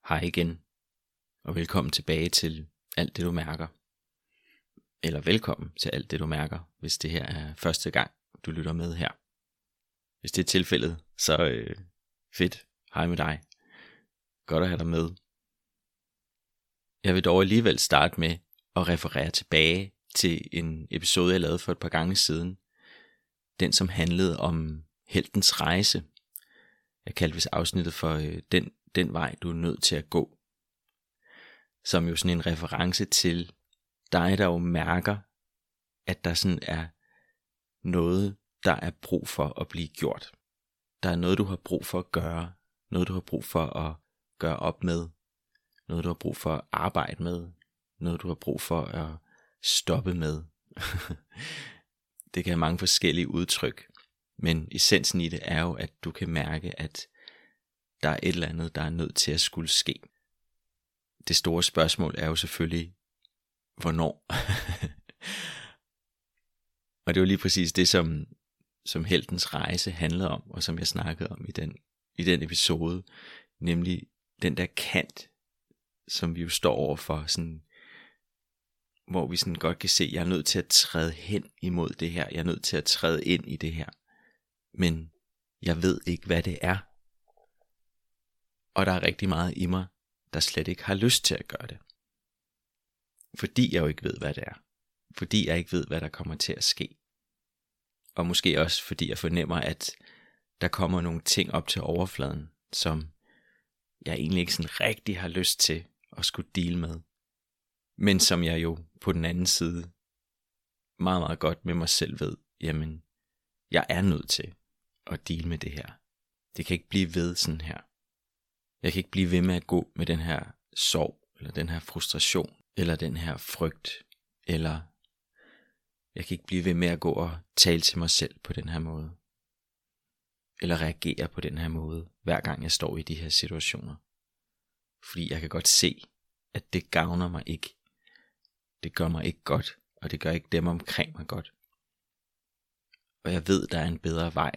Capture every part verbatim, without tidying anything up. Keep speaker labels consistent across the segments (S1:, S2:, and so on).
S1: Hej igen, og velkommen tilbage til alt det du mærker. Eller velkommen til alt det du mærker, hvis det her er første gang du lytter med her. Hvis det er tilfældet, så øh, fedt, hej med dig. Godt at have dig med. Jeg vil dog alligevel starte med at referere tilbage til en episode jeg lavede for et par gange siden. Den som handlede om heltens rejse. Jeg kaldte vist afsnittet for øh, den, den vej du er nødt til at gå. Som jo sådan en reference til dig, der jo mærker, at der sådan er noget, der er brug for at blive gjort. Der er noget, du har brug for at gøre. Noget, du har brug for at gøre op med. Noget, du har brug for at arbejde med. Noget, du har brug for at stoppe med. Det kan have mange forskellige udtryk. Men essensen i det er jo, at du kan mærke, at der er et eller andet, der er nødt til at skulle ske. Det store spørgsmål er jo selvfølgelig, hvornår? Og det er jo lige præcis det, som, som heltens rejse handlede om, og som jeg snakkede om i den, i den episode. Nemlig den der kant, som vi jo står overfor, sådan, hvor vi sådan godt kan se, at jeg er nødt til at træde hen imod det her. Jeg er nødt til at træde ind i det her. Men jeg ved ikke, hvad det er. Og der er rigtig meget i mig, der slet ikke har lyst til at gøre det. Fordi jeg jo ikke ved, hvad det er. Fordi jeg ikke ved, hvad der kommer til at ske. Og måske også fordi jeg fornemmer, at der kommer nogle ting op til overfladen, som jeg egentlig ikke sådan rigtig har lyst til at skulle deal med. Men som jeg jo på den anden side meget, meget godt med mig selv ved, jamen, jeg er nødt til at deal med det her. Det kan ikke blive ved sådan her. Jeg kan ikke blive ved med at gå med den her sorg, eller den her frustration, eller den her frygt, eller jeg kan ikke blive ved med at gå og tale til mig selv på den her måde. Eller reagere på den her måde, hver gang jeg står i de her situationer. Fordi jeg kan godt se, at det gavner mig ikke. Det gør mig ikke godt, og det gør ikke dem omkring mig godt. Og jeg ved, der er en bedre vej.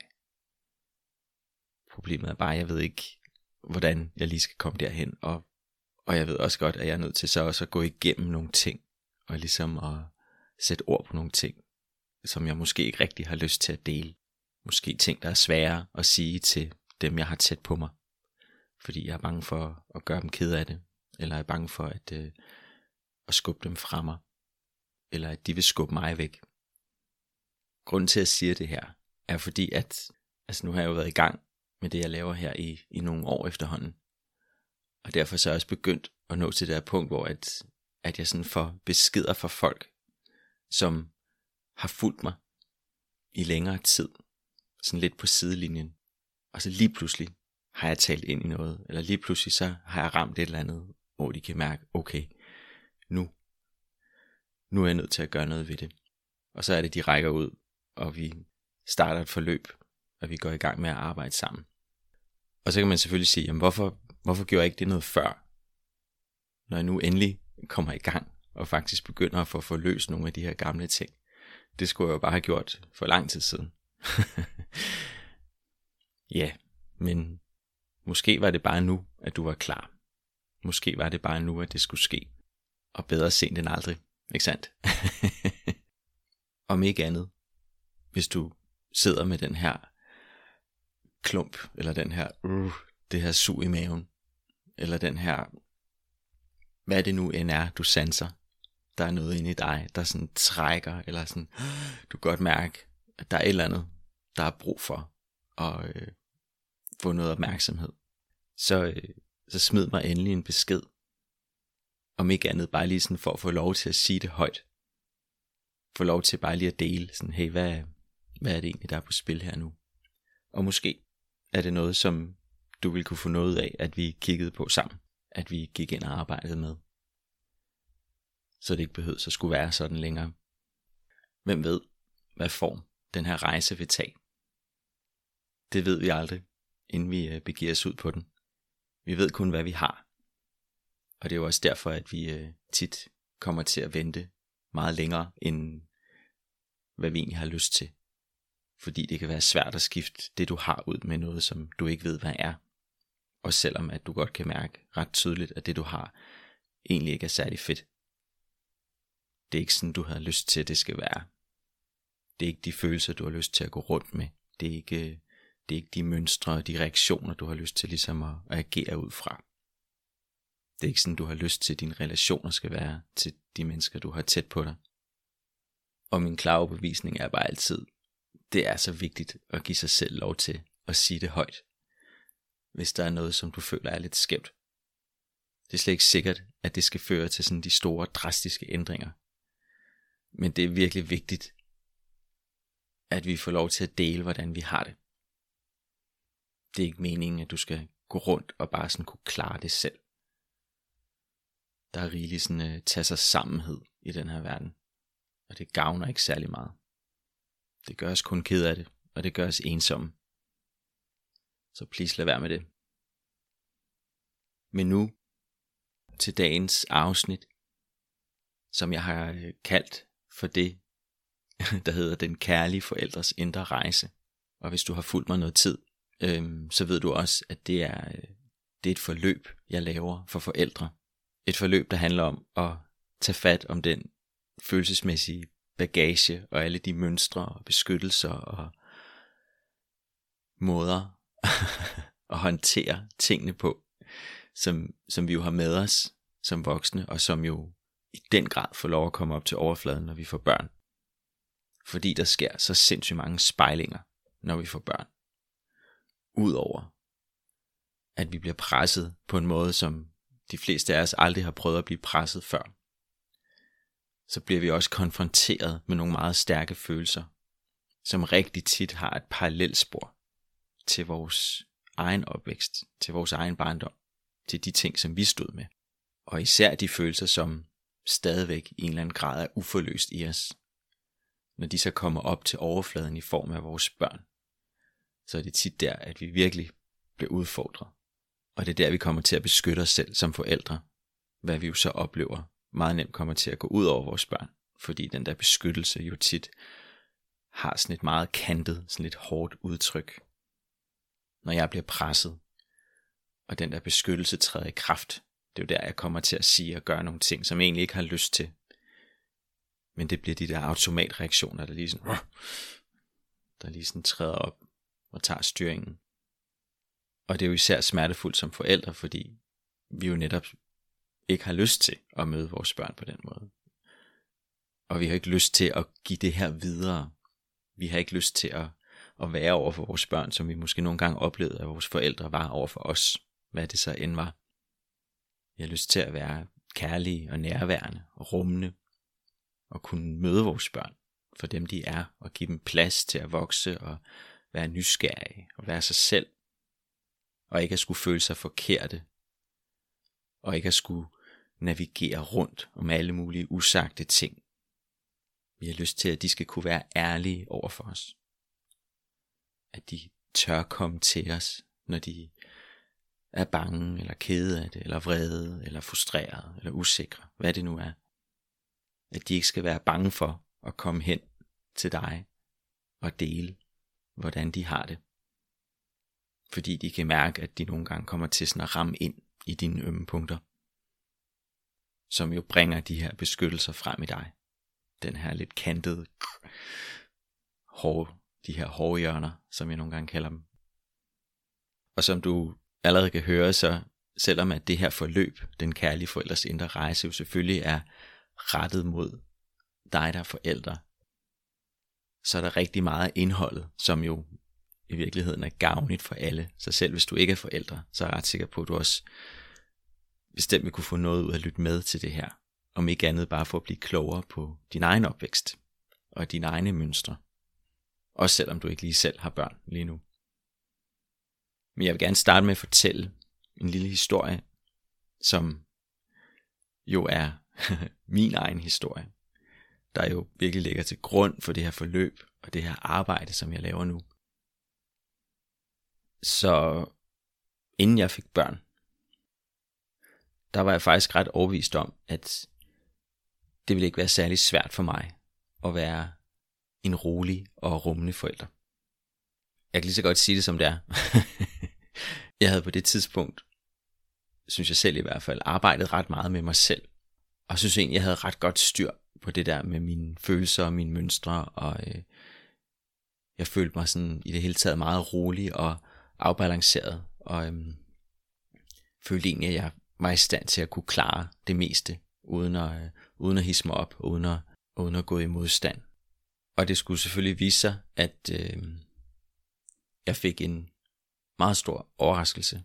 S1: Problemet er bare, at jeg ved ikke, hvordan jeg lige skal komme derhen. Og, og jeg ved også godt, at jeg er nødt til så også at gå igennem nogle ting. Og ligesom at sætte ord på nogle ting, som jeg måske ikke rigtig har lyst til at dele. Måske ting, der er svære at sige til dem, jeg har tæt på mig. Fordi jeg er bange for at gøre dem ked af det. Eller er bange for at, øh, at skubbe dem fra mig. Eller at de vil skubbe mig væk. Grunden til at jeg siger det her, er fordi at, altså nu har jeg jo været i gang med det jeg laver her i, i nogle år efterhånden. Og derfor så er jeg også begyndt at nå til det her punkt, hvor at, at jeg sådan får beskeder fra folk, som har fulgt mig i længere tid. Sådan lidt på sidelinjen. Og så lige pludselig har jeg talt ind i noget. Eller lige pludselig så har jeg ramt et eller andet, hvor de kan mærke, okay, nu, nu er jeg nødt til at gøre noget ved det. Og så er det, de rækker ud, og vi starter et forløb, og vi går i gang med at arbejde sammen. Og så kan man selvfølgelig sige, jamen hvorfor, hvorfor gjorde jeg ikke det noget før? Når jeg nu endelig kommer i gang, og faktisk begynder at få forløst nogle af de her gamle ting. Det skulle jeg jo bare have gjort for lang tid siden. Ja, men måske var det bare nu, at du var klar. Måske var det bare nu, at det skulle ske. Og bedre sent end aldrig, ikke sandt? Om ikke andet, hvis du sidder med den her klump, eller den her, uh, det her sug i maven, eller den her, hvad det nu end er, du sanser, der er noget inde i dig, der sådan trækker, eller sådan, du kan godt mærke, at der er et eller andet, der er brug for, at øh, få noget opmærksomhed, så, øh, så smid mig endelig en besked, om ikke andet, bare lige sådan for at få lov til at sige det højt, få lov til bare lige at dele, sådan, hey, hvad, hvad er det egentlig, der er på spil her nu? Og måske er det noget, som du vil kunne få noget af, at vi kiggede på sammen, at vi gik ind og arbejdede med. Så det ikke behøvede at skulle være sådan længere. Hvem ved, hvad form den her rejse vil tage? Det ved vi aldrig, inden vi begiver os ud på den. Vi ved kun, hvad vi har. Og det er jo også derfor, at vi tit kommer til at vente meget længere, end hvad vi egentlig har lyst til. Fordi det kan være svært at skifte det, du har, ud med noget, som du ikke ved, hvad er. Og selvom at du godt kan mærke ret tydeligt, at det du har egentlig ikke er særlig fedt. Det er ikke sådan, du havde lyst til, at det skal være. Det er ikke de følelser, du har lyst til at gå rundt med. Det er ikke, det er ikke de mønstre og de reaktioner, du har lyst til ligesom at, at agere ud fra. Det er ikke sådan, du har lyst til, at dine relationer skal være til de mennesker, du har tæt på dig. Og min klare overbevisning er bare altid, det er så vigtigt at give sig selv lov til at sige det højt. Hvis der er noget, som du føler er lidt skævt. Det er slet ikke sikkert, at det skal føre til sådan de store, drastiske ændringer. Men det er virkelig vigtigt, at vi får lov til at dele, hvordan vi har det. Det er ikke meningen, at du skal gå rundt og bare sådan kunne klare det selv. Der er rigeligt sådan uh, tage sig sammenhed i den her verden. Og det gavner ikke særlig meget. Det gør os kun ked af det, og det gør os ensomme. Så please lad være med det. Men nu til dagens afsnit, som jeg har kaldt for det, der hedder Den kærlige forældres indre rejse. Og hvis du har fulgt mig noget tid, øhm, så ved du også, at det er, det er et forløb, jeg laver for forældre. Et forløb, der handler om at tage fat om den følelsesmæssige bagage og alle de mønstre og beskyttelser og måder at håndtere tingene på, som, som vi jo har med os som voksne, og som jo i den grad får lov at komme op til overfladen, når vi får børn. Fordi der sker så sindssygt mange spejlinger, når vi får børn. Udover at vi bliver presset på en måde, som de fleste af os aldrig har prøvet at blive presset før, så bliver vi også konfronteret med nogle meget stærke følelser, som rigtig tit har et parallelspor til vores egen opvækst, til vores egen barndom, til de ting, som vi stod med. Og især de følelser, som stadigvæk i en eller anden grad er uforløst i os. Når de så kommer op til overfladen i form af vores børn, så er det tit der, at vi virkelig bliver udfordret. Og det er der, vi kommer til at beskytte os selv som forældre, hvad vi jo så oplever meget nemt kommer til at gå ud over vores børn, fordi den der beskyttelse jo tit har sådan et meget kantet, sådan lidt hårdt udtryk. Når jeg bliver presset, og den der beskyttelse træder i kraft, det er jo der, jeg kommer til at sige og gøre nogle ting, som jeg egentlig ikke har lyst til. Men det bliver de der automatreaktioner, der lige sådan, der lige sådan træder op og tager styringen. Og det er jo især smertefuldt som forældre, fordi vi jo netop ikke har lyst til at møde vores børn på den måde. Og vi har ikke lyst til at give det her videre. Vi har ikke lyst til at, at være over for vores børn, som vi måske nogle gange oplevede, at vores forældre var over for os. Hvad det så end var. Vi har lyst til at være kærlige og nærværende og rummende. Og kunne møde vores børn for dem de er. Og give dem plads til at vokse og være nysgerrige og være sig selv. Og ikke at skulle føle sig forkerte. Og ikke at skulle navigere rundt om alle mulige usagte ting. Vi har lyst til, at de skal kunne være ærlige over for os. At de tør komme til os, når de er bange, eller kede af det, eller vrede, eller frustrerede, eller usikre, hvad det nu er. At de ikke skal være bange for at komme hen til dig og dele, hvordan de har det. Fordi de kan mærke, at de nogle gange kommer til sådan at ramme ind i dine ømme punkter, som jo bringer de her beskyttelser frem i dig. Den her lidt kantede, hårde, de her hårde hjørner, som jeg nogle gange kalder dem. Og som du allerede kan høre, så selvom at det her forløb, den kærlige forældres indre rejse, jo selvfølgelig er rettet mod dig, der er forældre, så er der rigtig meget af indholdet, som jo i virkeligheden er gavnligt for alle. Så selv hvis du ikke er forældre, så er jeg ret sikker på, at du også bestemt vil kunne få noget ud af at lytte med til det her. Om ikke andet bare for at blive klogere på din egen opvækst og dine egne mønstre. Også selvom du ikke lige selv har børn lige nu. Men jeg vil gerne starte med at fortælle en lille historie, som jo er min egen historie, der jo virkelig ligger til grund for det her forløb og det her arbejde, som jeg laver nu. Så inden jeg fik børn, der var jeg faktisk ret overbevist om, at det ville ikke være særlig svært for mig at være en rolig og rummende forælder. Jeg kan lige så godt sige det som det er. Jeg havde på det tidspunkt, synes jeg selv i hvert fald, arbejdet ret meget med mig selv. Og synes egentlig, jeg havde ret godt styr på det der med mine følelser og mine mønstre. Og øh, jeg følte mig sådan i det hele taget meget rolig og afbalanceret. Og øh, følte egentlig, at jeg var i stand til at kunne klare det meste, uden at, øh, uden at hisse mig op, uden at, uden at gå i modstand. Og det skulle selvfølgelig vise sig, at øh, jeg fik en meget stor overraskelse.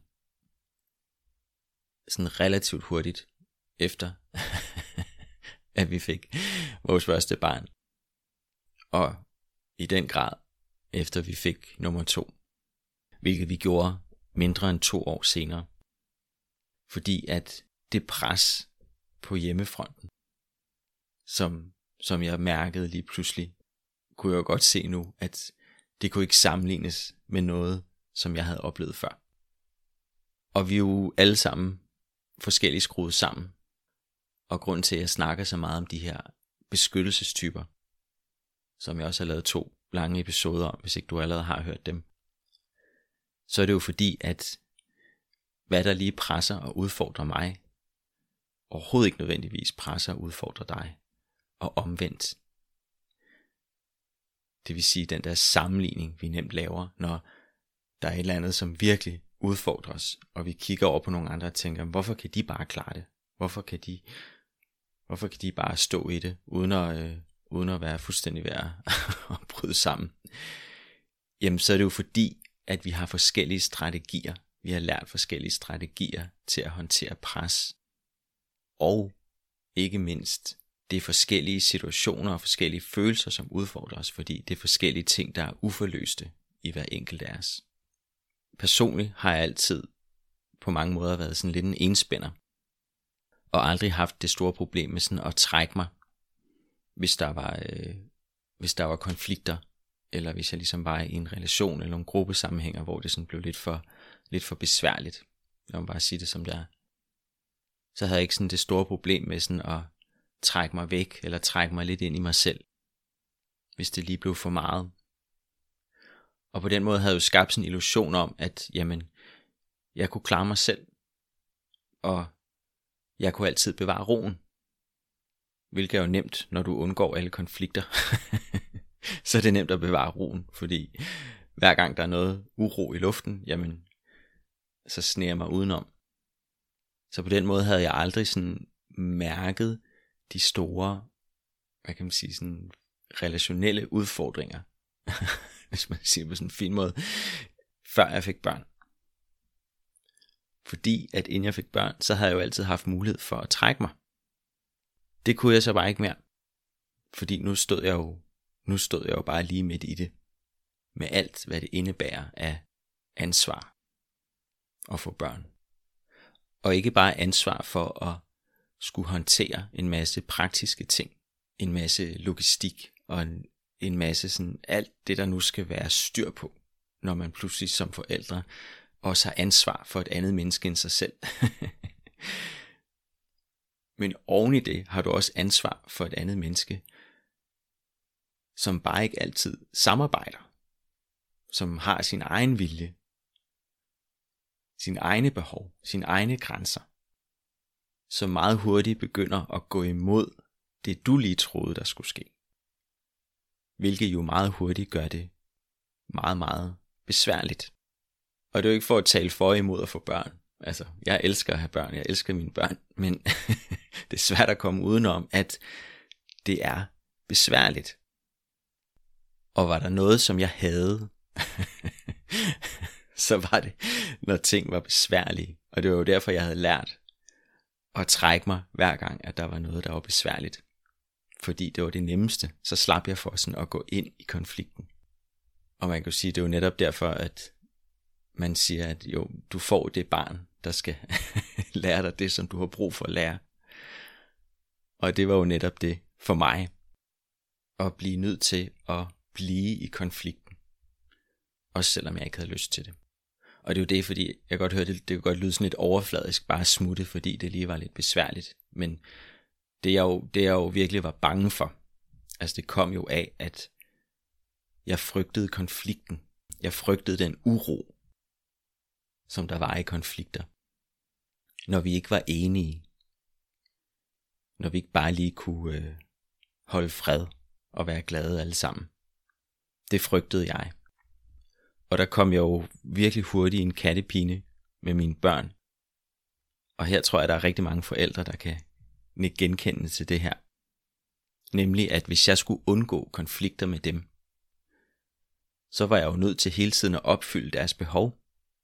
S1: Sådan relativt hurtigt efter, at vi fik vores første barn. Og i den grad efter vi fik nummer to. Hvilket vi gjorde mindre end to år senere. Fordi at det pres på hjemmefronten, som, som jeg mærkede lige pludselig, kunne jeg jo godt se nu, at det kunne ikke sammenlignes med noget, som jeg havde oplevet før. Og vi er jo alle sammen forskelligt skruet sammen. Og grunden til, at jeg snakker så meget om de her beskyttelsestyper, som jeg også har lavet to lange episoder om, hvis ikke du allerede har hørt dem, så er det jo fordi, at hvad der lige presser og udfordrer mig, overhovedet ikke nødvendigvis presser og udfordrer dig, og omvendt. Det vil sige den der sammenligning, vi nemt laver, når der er et eller andet, som virkelig udfordrer os, og vi kigger over på nogle andre og tænker, hvorfor kan de bare klare det? Hvorfor kan de, hvorfor kan de bare stå i det, uden at, øh, uden at være fuldstændig ved at bryde sammen? Jamen så er det jo fordi, at vi har forskellige strategier. Vi har lært forskellige strategier til at håndtere pres. Og ikke mindst, det er forskellige situationer og forskellige følelser, som udfordrer os, fordi det er forskellige ting, der er uforløste i hver enkelt af os. Personligt har jeg altid på mange måder været sådan lidt en enspænder, og aldrig haft det store problem med sådan at trække mig, hvis der var, øh, hvis der var konflikter, eller hvis jeg ligesom var i en relation eller nogle gruppesammenhænger, hvor det sådan blev lidt for, lidt for besværligt. Jeg må bare sige det som det er. Så havde jeg ikke sådan det store problem med sådan at trække mig væk, eller trække mig lidt ind i mig selv, hvis det lige blev for meget. Og på den måde havde jeg jo skabt sådan en illusion om, at jamen, jeg kunne klare mig selv, og jeg kunne altid bevare roen. Hvilket er jo nemt, når du undgår alle konflikter. Så er det nemt at bevare roen, fordi hver gang der er noget uro i luften, jamen, så sneer jeg mig udenom. Så på den måde havde jeg aldrig sådan mærket de store, hvad kan man sige, sådan relationelle udfordringer, hvis man siger på sådan en fin måde, før jeg fik børn. Fordi at inden jeg fik børn, så havde jeg jo altid haft mulighed for at trække mig. Det kunne jeg så bare ikke mere. Fordi nu stod jeg jo, nu stod jeg jo bare lige midt i det. Med alt, hvad det indebærer af ansvar at få børn. Og ikke bare ansvar for at skulle håndtere en masse praktiske ting. En masse logistik og en, en masse sådan alt det, der nu skal være styr på. Når man pludselig som forældre også har ansvar for et andet menneske end sig selv. Men oven i det har du også ansvar for et andet menneske, som bare ikke altid samarbejder. Som har sin egen vilje, sine egne behov, sine egne grænser. Som meget hurtigt begynder at gå imod det du lige troede der skulle ske. Hvilket jo meget hurtigt gør det meget meget besværligt. Og det er jo ikke for at tale for og imod at få børn. Altså, jeg elsker at have børn, jeg elsker mine børn, men det er svært at komme udenom, at det er besværligt. Og var der noget, som jeg havde, så var det, når ting var besværlige. Og det var jo derfor, jeg havde lært at trække mig hver gang, at der var noget, der var besværligt. Fordi det var det nemmeste, så slap jeg for sådan at gå ind i konflikten. Og man kan jo sige, det er jo netop derfor, at man siger, at jo, du får det barn, der skal lære dig det, som du har brug for at lære. Og det var jo netop det for mig, at blive nødt til at blive i konflikten. Også selvom jeg ikke havde lyst til det. Og det er jo det, fordi jeg godt hørte, det, det kunne godt lyde sådan lidt overfladisk, bare smutte, fordi det lige var lidt besværligt. Men det jeg jo, det jeg jo virkelig var bange for, altså det kom jo af, at jeg frygtede konflikten. Jeg frygtede den uro. som der var i konflikter. Når vi ikke var enige. Når vi ikke bare lige kunne øh, holde fred og være glade alle sammen. Det frygtede jeg. Og der kom jeg jo virkelig hurtigt i en kattepine med mine børn. Og her tror jeg, der er rigtig mange forældre, der kan nikke genkendende til det her. Nemlig, at hvis jeg skulle undgå konflikter med dem, så var jeg jo nødt til hele tiden at opfylde deres behov.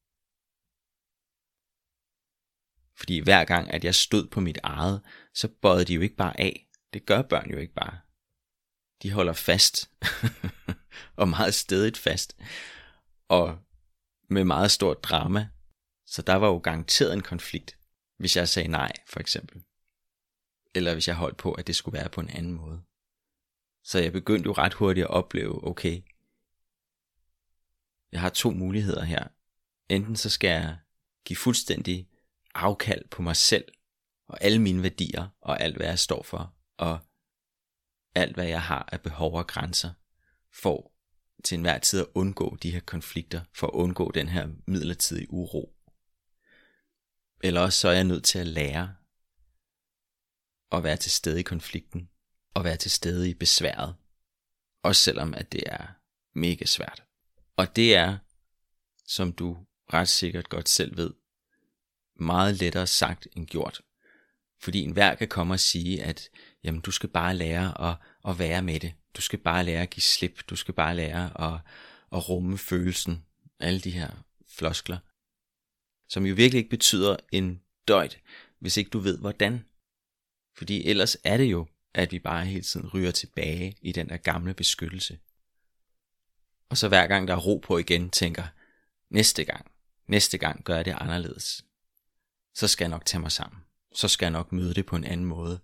S1: Fordi hver gang, at jeg stod på mit eget, så bøjede de jo ikke bare af. Det gør børn jo ikke bare. De holder fast. Og meget stædigt fast. Og med meget stort drama. Så der var jo garanteret en konflikt, hvis jeg sagde nej, for eksempel. Eller hvis jeg holdt på, at det skulle være på en anden måde. Så jeg begyndte jo ret hurtigt at opleve, okay, jeg har to muligheder her. Enten så skal jeg give fuldstændig afkald på mig selv, og alle mine værdier, og alt hvad jeg står for, og alt hvad jeg har af behov og grænser, for til enhver tid at undgå de her konflikter, for at undgå den her midlertidige uro. Eller også så er jeg nødt til at lære at være til stede i konflikten, og være til stede i besværet, også selvom at det er mega svært. Og det er, som du ret sikkert godt selv ved, meget lettere sagt end gjort. Fordi enhver kan komme og sige, at jamen, du skal bare lære at, at være med det. Du skal bare lære at give slip. Du skal bare lære at, at rumme følelsen. Alle de her floskler. Som jo virkelig ikke betyder en døjt, hvis ikke du ved hvordan. Fordi ellers er det jo, at vi bare hele tiden ryger tilbage i den der gamle beskyttelse. Og så hver gang der er ro på igen, tænker, næste gang, næste gang gør jeg det anderledes. Så skal jeg nok tage mig sammen. Så skal jeg nok møde det på en anden måde.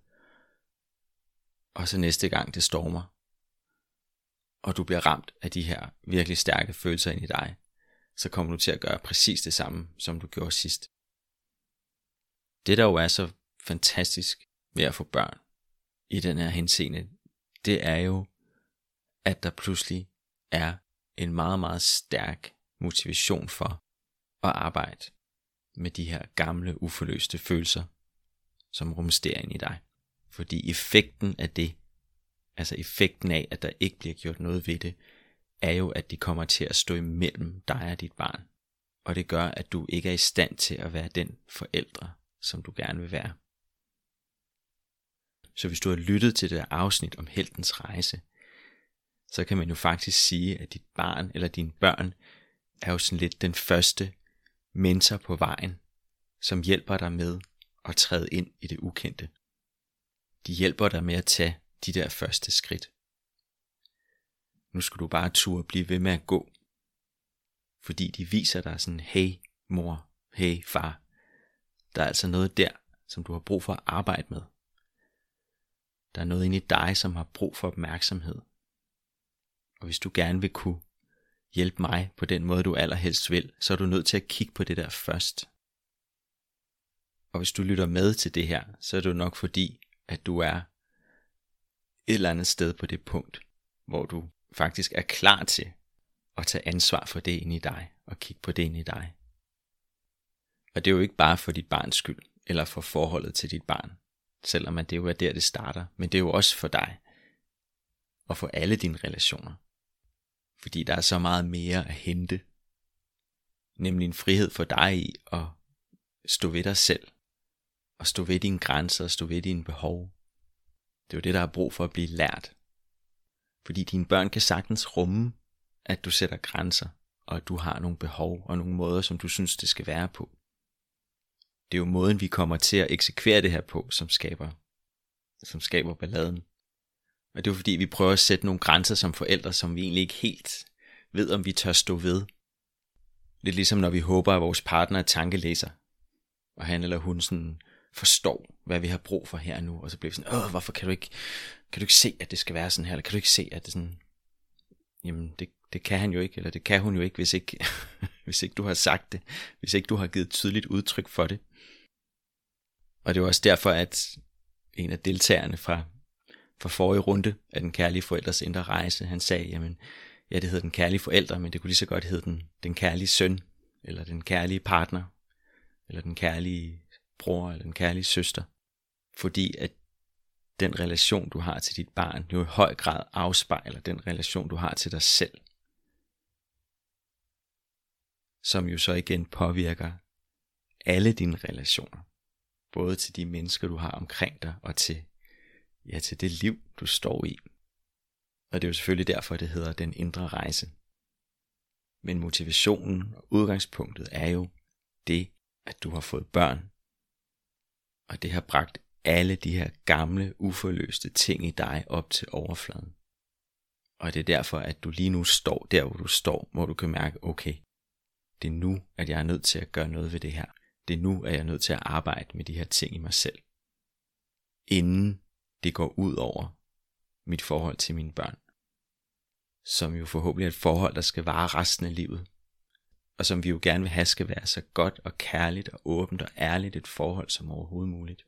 S1: Og så næste gang det stormer, og du bliver ramt af de her virkelig stærke følelser ind i dig, så kommer du til at gøre præcis det samme, som du gjorde sidst. Det der jo er så fantastisk ved at få børn i den her henseende, det er jo, at der pludselig er en meget, meget stærk motivation for at arbejde med de her gamle, uforløste følelser, som rumsterer ind i dig. Fordi effekten af det, altså effekten af, at der ikke bliver gjort noget ved det, er jo, at de kommer til at stå imellem dig og dit barn. Og det gør, at du ikke er i stand til at være den forældre, som du gerne vil være. Så hvis du har lyttet til det afsnit om heltens rejse, så kan man jo faktisk sige, at dit barn eller dine børn er jo sådan lidt den første mentor på vejen, som hjælper dig med at træde ind i det ukendte. De hjælper dig med at tage de der første skridt. Nu skal du bare turde blive ved med at gå. Fordi de viser dig sådan, hey mor, hey far, der er altså noget der, som du har brug for at arbejde med. Der er noget inde i dig, som har brug for opmærksomhed. Og hvis du gerne vil kunne hjælpe mig på den måde, du allerhelst vil, så er du nødt til at kigge på det der først. Og hvis du lytter med til det her, så er det jo nok fordi, at du er et eller andet sted på det punkt, hvor du faktisk er klar til at tage ansvar for det inde i dig, og kigge på det inde i dig. Og det er jo ikke bare for dit barns skyld, eller for forholdet til dit barn, selvom at det jo er der, det starter, men det er jo også for dig, og for alle dine relationer. Fordi der er så meget mere at hente, nemlig en frihed for dig i at stå ved dig selv, og stå ved dine grænser, og stå ved dine behov. Det er jo det, der er brug for at blive lært. Fordi dine børn kan sagtens rumme, at du sætter grænser, og at du har nogle behov, og nogle måder, som du synes, det skal være på. Det er jo måden, vi kommer til at eksekvere det her på, som skaber, som skaber balladen. Og det er jo fordi, vi prøver at sætte nogle grænser som forældre, som vi egentlig ikke helt ved, om vi tør stå ved. Lidt ligesom når vi håber, at vores partner er tankelæser, og han eller hun sådan forstår, hvad vi har brug for her og nu, og så bliver vi sådan, åh, hvorfor kan du ikke, kan du ikke se, at det skal være sådan her, eller kan du ikke se, at det sådan, jamen det, det kan han jo ikke, eller det kan hun jo ikke, hvis ikke, hvis ikke du har sagt det, hvis ikke du har givet tydeligt udtryk for det. Og det er også derfor, at en af deltagerne fra, fra forrige runde af Den Kærlige Forældres Indre Rejse, han sagde, jamen, ja, det hedder Den Kærlige Forælder, men det kunne lige så godt hedde Den, den Kærlige Søn, eller den kærlige partner, eller den kærlige bror, eller den kærlige søster. Fordi at den relation, du har til dit barn, jo i høj grad afspejler den relation, du har til dig selv. Som jo så igen påvirker alle dine relationer. Både til de mennesker, du har omkring dig, og til, ja, til det liv, du står i. Og det er jo selvfølgelig derfor, det hedder den indre rejse. Men motivationen og udgangspunktet er jo det, at du har fået børn. Og det har bragt alle de her gamle, uforløste ting i dig op til overfladen. Og det er derfor, at du lige nu står der, hvor du står, hvor du kan mærke, okay, det er nu, at jeg er nødt til at gøre noget ved det her. Det er nu, at jeg er nødt til at arbejde med de her ting i mig selv. Inden det går ud over mit forhold til mine børn. Som jo forhåbentlig er et forhold, der skal vare resten af livet. Og som vi jo gerne vil have, skal være så godt og kærligt og åbent og ærligt et forhold som overhovedet muligt.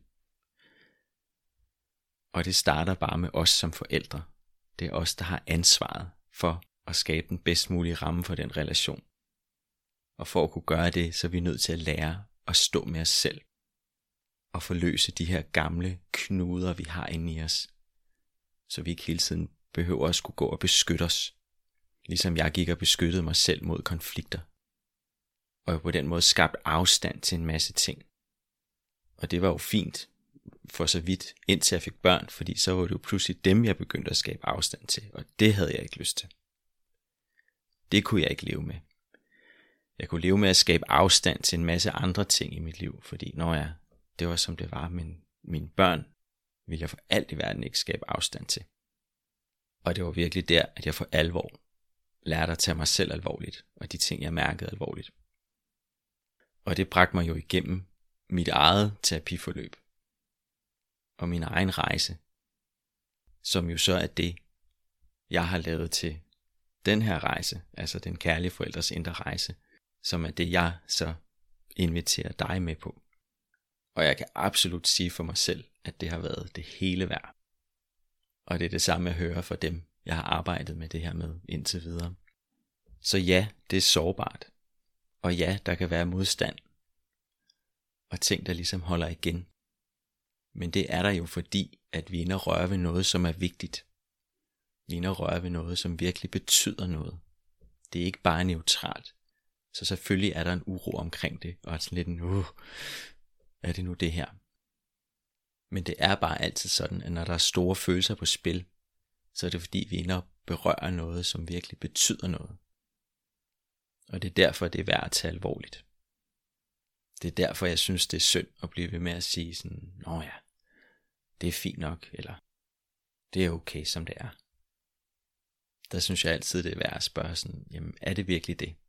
S1: Og det starter bare med os som forældre. Det er os, der har ansvaret for at skabe den bedst mulige ramme for den relation. Og for at kunne gøre det, så er vi nødt til at lære at stå med os selv. Og forløse de her gamle knuder, vi har inde i os. Så vi ikke hele tiden behøver at skulle gå og beskytte os. Ligesom jeg gik og beskyttede mig selv mod konflikter. Og på den måde skabt afstand til en masse ting. Og det var jo fint for så vidt, indtil jeg fik børn, fordi så var det jo pludselig dem, jeg begyndte at skabe afstand til. Og det havde jeg ikke lyst til. Det kunne jeg ikke leve med. Jeg kunne leve med at skabe afstand til en masse andre ting i mit liv, fordi når jeg, det var som det var, men mine børn ville jeg for alt i verden ikke skabe afstand til. Og det var virkelig der, at jeg for alvor lærte at tage mig selv alvorligt, og de ting, jeg mærkede alvorligt. Og det bragte mig jo igennem mit eget terapiforløb, og min egen rejse, som jo så er det, jeg har lavet til den her rejse, altså den kærlige forældres indre rejse, som er det, jeg så inviterer dig med på. Og jeg kan absolut sige for mig selv, at det har været det hele værd. Og det er det samme, jeg hører fra dem, jeg har arbejdet med det her med indtil videre. Så ja, det er sårbart. Og ja, der kan være modstand. Og ting, der ligesom holder igen. Men det er der jo fordi, at vi er inde og røre ved noget, som er vigtigt. Vi er inde og røre ved noget, som virkelig betyder noget. Det er ikke bare neutralt. Så selvfølgelig er der en uro omkring det, og sådan lidt en, uh, er det nu det her? Men det er bare altid sådan, at når der er store følelser på spil, så er det fordi, vi er inde og berører noget, som virkelig betyder noget. Og det er derfor, det er værd at tage alvorligt. Det er derfor, jeg synes, det er synd at blive ved med at sige sådan, nå ja, det er fint nok, eller det er okay, som det er. Der synes jeg altid, det er værd at spørge sådan, jamen er det virkelig det?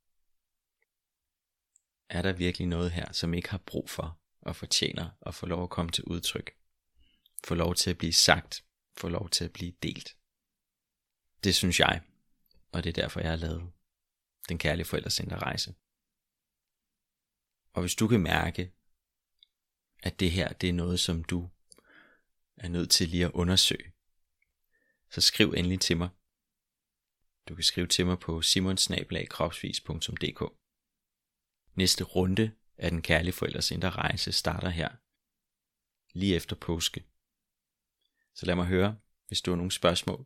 S1: Er der virkelig noget her, som ikke har brug for og fortjener at få lov at komme til udtryk? Få lov til at blive sagt, få lov til at blive delt. Det synes jeg, og det er derfor, jeg har lavet den kærlige forældres indre rejse. Og hvis du kan mærke, at det her, det er noget, som du er nødt til lige at undersøge, så skriv endelig til mig. Du kan skrive til mig på simon bindestreg kropsvis punktum d k. Næste runde af den kærlige forældres indre rejse starter her, lige efter påske. Så lad mig høre, hvis du har nogle spørgsmål,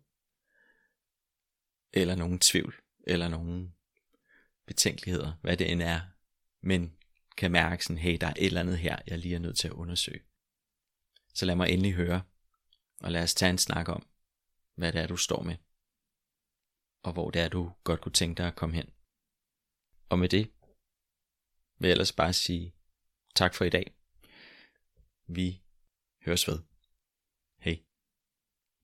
S1: eller nogen tvivl, eller nogen betænkeligheder, hvad det end er, men kan mærke sådan, hey, der er et eller andet her, jeg lige er nødt til at undersøge. Så lad mig endelig høre, og lad os tage en snak om, hvad det er, du står med, og hvor det er, du godt kunne tænke dig at komme hen. Og med det vil jeg ellers bare sige tak for i dag. Vi høres ved.